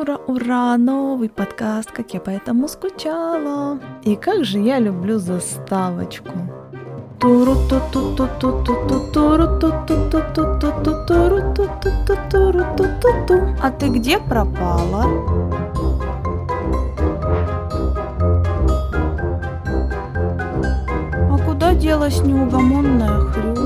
Ура, ура, новый подкаст, как я по этому скучала. И как же я люблю заставочку. А ты где пропала? А куда делась неугомонная Хрю?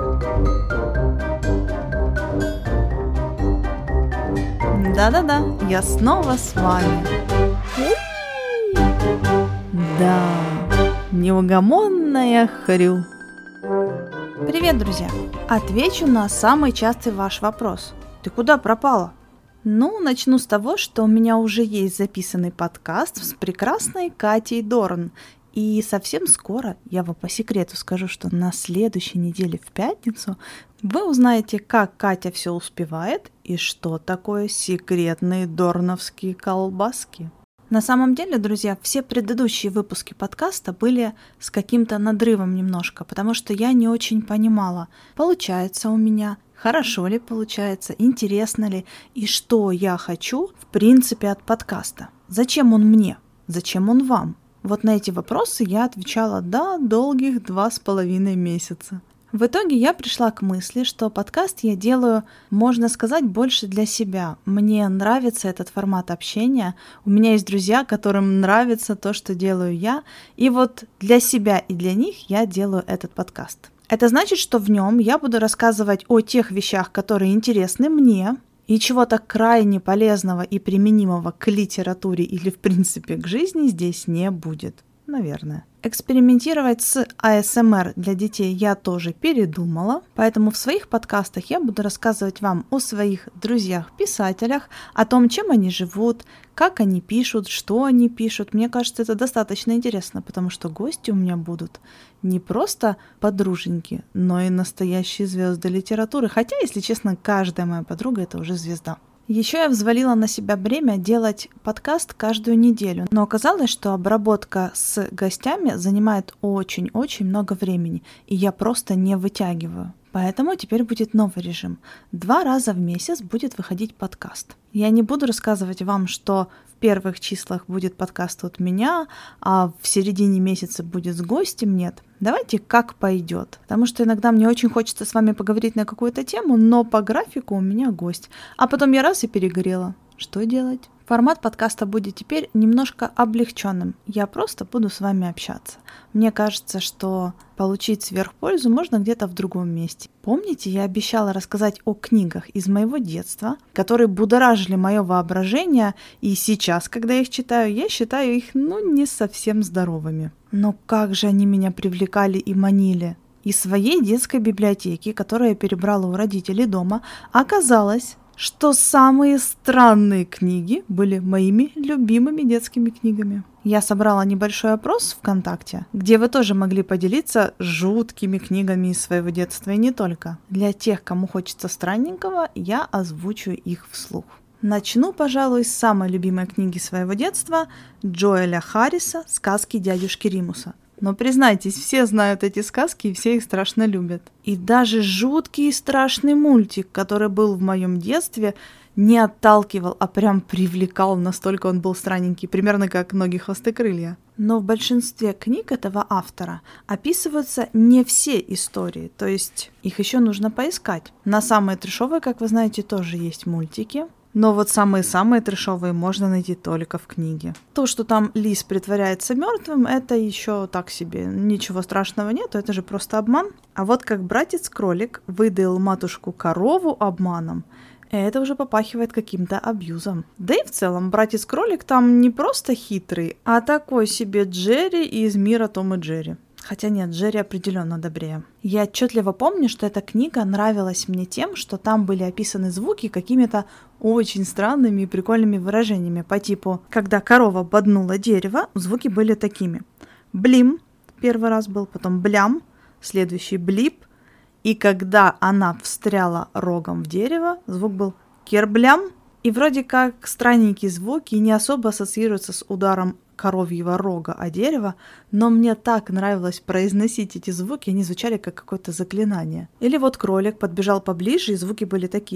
Да-да-да, я снова с вами. Да, неугомонная Хрю. Привет, друзья! Отвечу на самый частый ваш вопрос. Ты куда пропала? Ну, начну с того, что у меня уже есть записанный подкаст с прекрасной Катей Дорн. И совсем скоро, я вам по секрету скажу, что на следующей неделе в пятницу вы узнаете, как Катя все успевает и что такое секретные дорновские колбаски. На самом деле, друзья, все предыдущие выпуски подкаста были с каким-то надрывом немножко, потому что я не очень понимала, получается у меня, хорошо ли получается, интересно ли и что я хочу в принципе от подкаста. Зачем он мне? Зачем он вам? Вот на эти вопросы я отвечала долгих 2,5 месяца. В итоге я пришла к мысли, что подкаст я делаю, можно сказать, больше для себя. Мне нравится этот формат общения. У меня есть друзья, которым нравится то, что делаю я. И вот для себя и для них я делаю этот подкаст. Это значит, что в нем я буду рассказывать о тех вещах, которые интересны мне, и чего-то крайне полезного и применимого к литературе или, в принципе, к жизни здесь не будет. Наверное. Экспериментировать с АСМР для детей я тоже передумала, поэтому в своих подкастах я буду рассказывать вам о своих друзьях-писателях, о том, чем они живут, как они пишут, что они пишут. Мне кажется, это достаточно интересно, потому что гости у меня будут не просто подруженьки, но и настоящие звезды литературы. Хотя, если честно, каждая моя подруга — это уже звезда. Еще я взвалила на себя бремя делать подкаст каждую неделю, но оказалось, что обработка с гостями занимает очень-очень много времени, и я просто не вытягиваю. Поэтому теперь будет новый режим. 2 раза в месяц будет выходить подкаст. Я не буду рассказывать вам, что в первых числах будет подкаст от меня, а в середине месяца будет с гостем. Нет. Давайте как пойдет. Потому что иногда мне очень хочется с вами поговорить на какую-то тему, но по графику у меня гость. А потом я раз и перегорела. Что делать? Формат подкаста будет теперь немножко облегченным. Я просто буду с вами общаться. Мне кажется, что получить сверхпользу можно где-то в другом месте. Помните, я обещала рассказать о книгах из моего детства, которые будоражили мое воображение, и сейчас, когда я их читаю, я считаю их, не совсем здоровыми. Но как же они меня привлекали и манили. Из своей детской библиотеки, которую я перебрала у родителей дома, оказалось, что самые странные книги были моими любимыми детскими книгами. Я собрала небольшой опрос ВКонтакте, где вы тоже могли поделиться жуткими книгами из своего детства и не только. Для тех, кому хочется странненького, я озвучу их вслух. Начну, пожалуй, с самой любимой книги своего детства Джоэля Харриса «Сказки дядюшки Римуса». Но признайтесь, все знают эти сказки и все их страшно любят. И даже жуткий и страшный мультик, который был в моем детстве, не отталкивал, а прям привлекал, настолько он был странненький, примерно как «Ноги, хвосты, крылья». Но в большинстве книг этого автора описываются не все истории, то есть их еще нужно поискать. На самые трешовые, как вы знаете, тоже есть мультики. Но вот самые-самые трешовые можно найти только в книге. То, что там лис притворяется мертвым, это еще так себе. Ничего страшного нету, это же просто обман. А вот как братец-кролик выдаил матушку-корову обманом, это уже попахивает каким-то абьюзом. Да и в целом, братец-кролик там не просто хитрый, а такой себе Джерри из мира Том и Джерри. Хотя нет, Джерри определенно добрее. Я отчетливо помню, что эта книга нравилась мне тем, что там были описаны звуки какими-то очень странными и прикольными выражениями по типу «когда корова боднула дерево», звуки были такими. Блим первый раз был, потом блям, следующий блип, и когда она встряла рогом в дерево, звук был керблям. И вроде как странненькие звуки не особо ассоциируются с ударом коровьего рога о дерево, но мне так нравилось произносить эти звуки, они звучали как какое-то заклинание. Или вот кролик подбежал поближе, и звуки были такие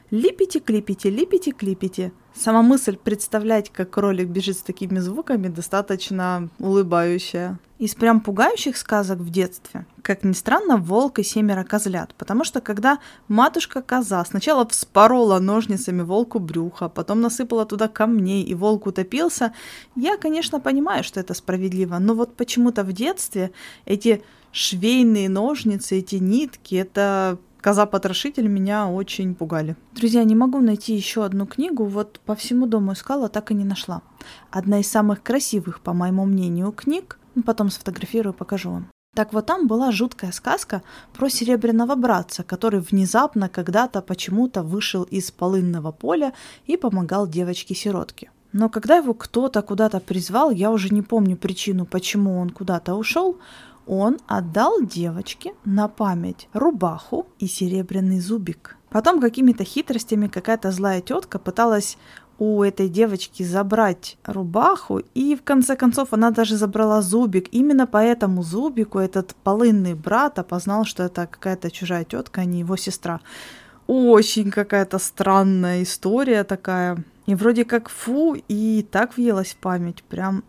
Липите-клипите, липите-клипите. Сама мысль представлять, как кролик бежит с такими звуками, достаточно улыбающая. Из прям пугающих сказок в детстве, как ни странно, волк и 7 козлят. Потому что когда матушка-коза сначала вспорола ножницами волку брюхо, потом насыпала туда камней, и волк утопился, я, конечно, понимаю, что это справедливо, но вот почему-то в детстве эти швейные ножницы, эти нитки, это... Коза-потрошитель меня очень пугали. Друзья, не могу найти еще одну книгу, вот по всему дому искала, так и не нашла. Одна из самых красивых, по моему мнению, книг, потом сфотографирую, покажу вам. Так вот, там была жуткая сказка про серебряного братца, который внезапно когда-то почему-то вышел из полынного поля и помогал девочке-сиротке. Но когда его кто-то куда-то призвал, я уже не помню причину, почему он куда-то ушел, он отдал девочке на память рубаху и серебряный зубик. Потом какими-то хитростями какая-то злая тетка пыталась у этой девочки забрать рубаху, и в конце концов она даже забрала зубик. Именно по этому зубику этот полынный брат опознал, что это какая-то чужая тетка, а не его сестра. Очень какая-то странная история такая. И вроде как фу, и так въелась в память. Прям...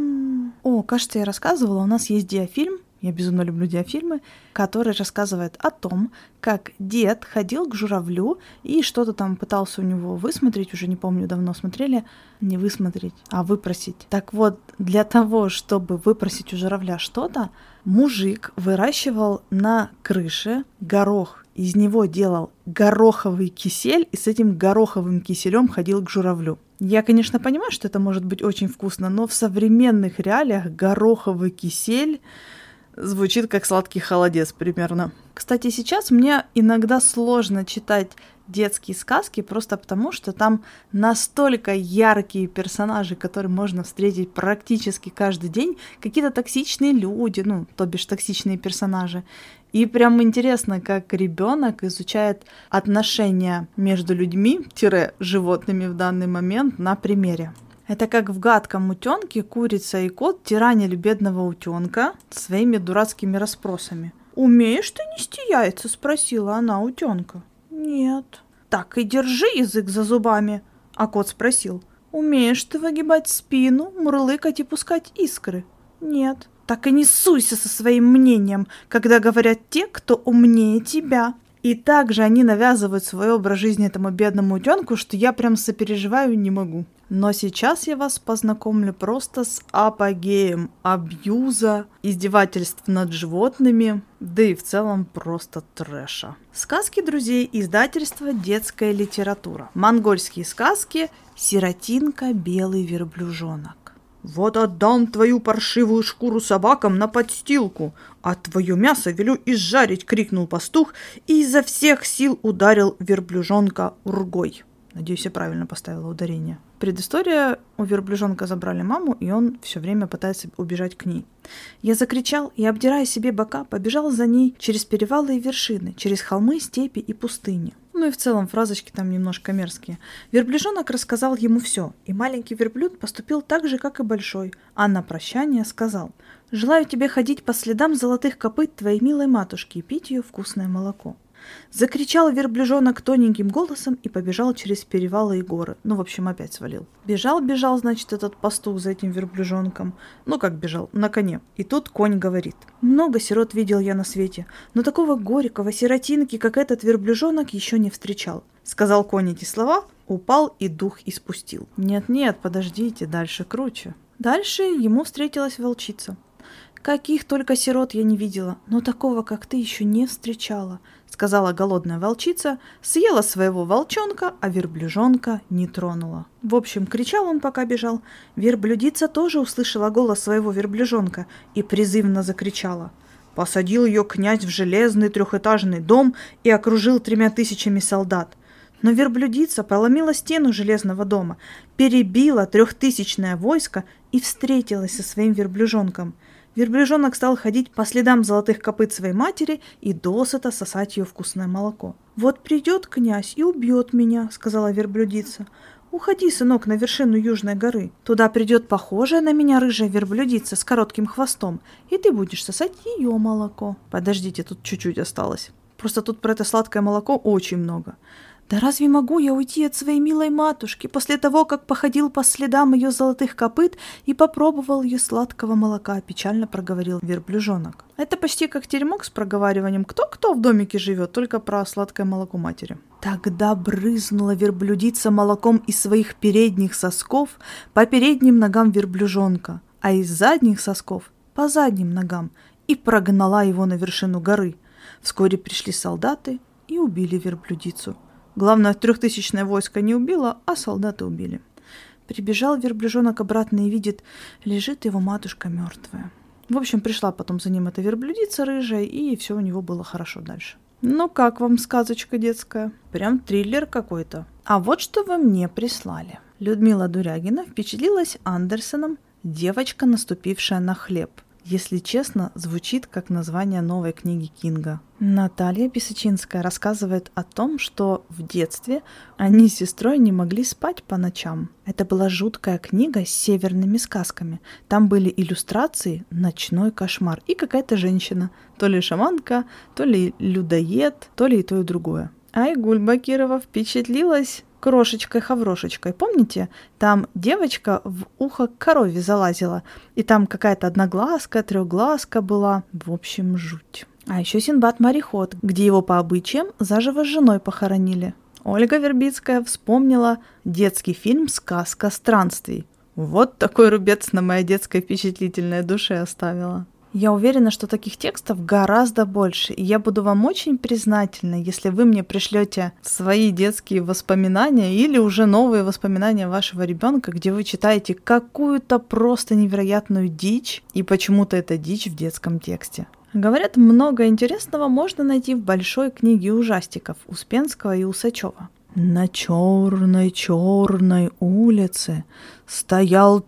О, кажется, я рассказывала, у нас есть диафильм. Я безумно люблю диафильмы, который рассказывает о том, как дед ходил к журавлю и что-то там пытался у него высмотреть, уже не помню, давно смотрели, не высмотреть, а выпросить. Так вот, для того, чтобы выпросить у журавля что-то, мужик выращивал на крыше горох, из него делал гороховый кисель и с этим гороховым киселем ходил к журавлю. Я, конечно, понимаю, что это может быть очень вкусно, но в современных реалиях гороховый кисель звучит как сладкий холодец примерно. Кстати, сейчас мне иногда сложно читать детские сказки, просто потому что там настолько яркие персонажи, которые можно встретить практически каждый день, какие-то токсичные люди, то бишь токсичные персонажи. И прям интересно, как ребенок изучает отношения между людьми-животными в данный момент на примере. Это как в «Гадком утенке» курица и кот тиранили бедного утенка своими дурацкими расспросами. «Умеешь ты нести яйца?» – спросила она утенка. «Нет». «Так и держи язык за зубами», – а кот спросил. «Умеешь ты выгибать спину, мурлыкать и пускать искры?» «Нет». «Так и не суйся со своим мнением, когда говорят те, кто умнее тебя». И также они навязывают свой образ жизни этому бедному утенку, что я прям сопереживаю не могу. Но сейчас я вас познакомлю просто с апогеем абьюза, издевательств над животными, да и в целом просто трэша. Сказки друзей издательства «Детская литература». Монгольские сказки «Сиротинка, белый верблюжонок». «Вот отдам твою паршивую шкуру собакам на подстилку, а твое мясо велю изжарить!» — крикнул пастух и изо всех сил ударил верблюжонка ургой. Надеюсь, я правильно поставила ударение. Предыстория: у верблюжонка забрали маму, и он все время пытается убежать к ней. Я закричал и, обдирая себе бока, побежал за ней через перевалы и вершины, через холмы, степи и пустыни. И в целом фразочки там немножко мерзкие. Верблюжонок рассказал ему все, и маленький верблюд поступил так же, как и большой, а на прощание сказал: «Желаю тебе ходить по следам золотых копыт твоей милой матушки и пить ее вкусное молоко». Закричал верблюжонок тоненьким голосом и побежал через перевалы и горы. В общем, опять свалил. Бежал, значит, этот пастух за этим верблюжонком. Как бежал? На коне. И тут конь говорит: «Много сирот видел я на свете, но такого горького сиротинки, как этот верблюжонок, еще не встречал». Сказал конь эти слова, упал и дух испустил. Нет, подождите, дальше круче. Дальше ему встретилась волчица. «Каких только сирот я не видела, но такого, как ты, еще не встречала», — сказала голодная волчица, съела своего волчонка, а верблюжонка не тронула. В общем, кричал он, пока бежал. Верблюдица тоже услышала голос своего верблюжонка и призывно закричала. Посадил ее князь в железный 3-этажный дом и окружил 3000 солдат. Но верблюдица проломила стену железного дома, перебила 3000-е войско и встретилась со своим верблюжонком. Верблюжонок стал ходить по следам золотых копыт своей матери и досыта сосать ее вкусное молоко. «Вот придет князь и убьет меня», — сказала верблюдица. «Уходи, сынок, на вершину южной горы. Туда придет похожая на меня рыжая верблюдица с коротким хвостом, и ты будешь сосать ее молоко». Подождите, тут чуть-чуть осталось. Просто тут про это сладкое молоко очень много. Да разве могу я уйти от своей милой матушки после того, как походил по следам ее золотых копыт и попробовал ее сладкого молока, печально проговорил верблюжонок. Это почти как теремок с проговариванием «Кто-кто в домике живет», только про сладкое молоко матери. Тогда брызнула верблюдица молоком из своих передних сосков по передним ногам верблюжонка, а из задних сосков по задним ногам, и прогнала его на вершину горы. Вскоре пришли солдаты и убили верблюдицу. Главное, 3000-е войско не убило, а солдаты убили. Прибежал верблюжонок обратно и видит, лежит его матушка мертвая. В общем, пришла потом за ним эта верблюдица рыжая, и все у него было хорошо дальше. Ну как вам сказочка детская? Прям триллер какой-то. А вот что вы мне прислали. Людмила Дурягина впечатлилась Андерсеном «Девочка, наступившая на хлеб». Если честно, звучит как название новой книги Кинга. Наталья Писачинская рассказывает о том, что в детстве они с сестрой не могли спать по ночам. Это была жуткая книга с северными сказками. Там были иллюстрации «Ночной кошмар» и какая-то женщина. То ли шаманка, то ли людоед, то ли и то, и другое. Айгуль Бакирова впечатлилась крошечкой-хаврошечкой. Помните? Там девочка в ухо к корове залазила. И там какая-то одноглазка, трехглазка была. В общем, жуть. А еще Синдбад-мореход, где его по обычаям заживо с женой похоронили. Ольга Вербицкая вспомнила детский фильм «Сказка странствий». Вот такой рубец на моей детской впечатлительной душе оставила. Я уверена, что таких текстов гораздо больше, и я буду вам очень признательна, если вы мне пришлете свои детские воспоминания или уже новые воспоминания вашего ребенка, где вы читаете какую-то просто невероятную дичь, и почему-то это дичь в детском тексте. Говорят, много интересного можно найти в большой книге ужастиков Успенского и Усачева. На черной улице стоял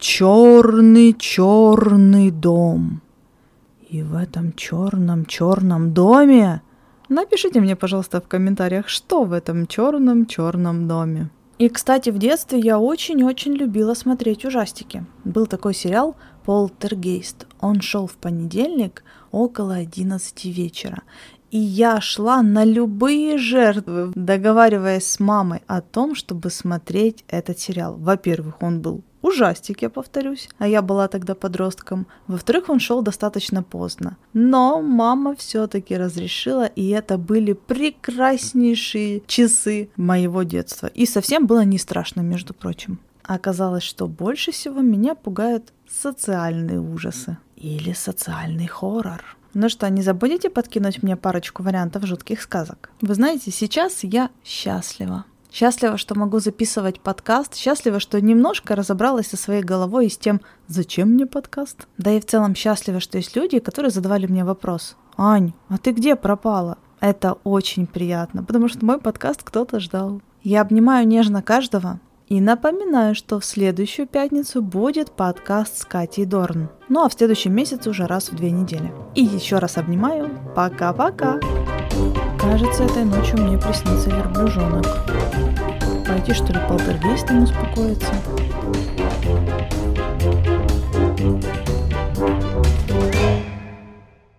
черный дом. И в этом черном доме... Напишите мне, пожалуйста, в комментариях, что в этом черном доме. И, кстати, в детстве я очень-очень любила смотреть ужастики. Был такой сериал «Полтергейст». Он шел в понедельник около 11 вечера. И я шла на любые жертвы, договариваясь с мамой о том, чтобы смотреть этот сериал. Во-первых, он был ужастик, я повторюсь, а я была тогда подростком. Во-вторых, он шел достаточно поздно. Но мама все-таки разрешила, и это были прекраснейшие часы моего детства. И совсем было не страшно, между прочим. Оказалось, что больше всего меня пугают социальные ужасы или социальный хоррор. Ну что, не забудете подкинуть мне парочку вариантов жутких сказок? Вы знаете, сейчас я счастлива. Счастлива, что могу записывать подкаст, счастлива, что немножко разобралась со своей головой и с тем, зачем мне подкаст. Да и в целом счастлива, что есть люди, которые задавали мне вопрос: «Ань, а ты где пропала?» Это очень приятно, потому что мой подкаст кто-то ждал. Я обнимаю нежно каждого и напоминаю, что в следующую пятницу будет подкаст с Катей Дорн. Ну а в следующем месяце уже раз в 2 недели. И еще раз обнимаю. Пока-пока! Кажется, этой ночью мне приснится верблюжонок. Пойти, что ли, полтергейстом успокоиться?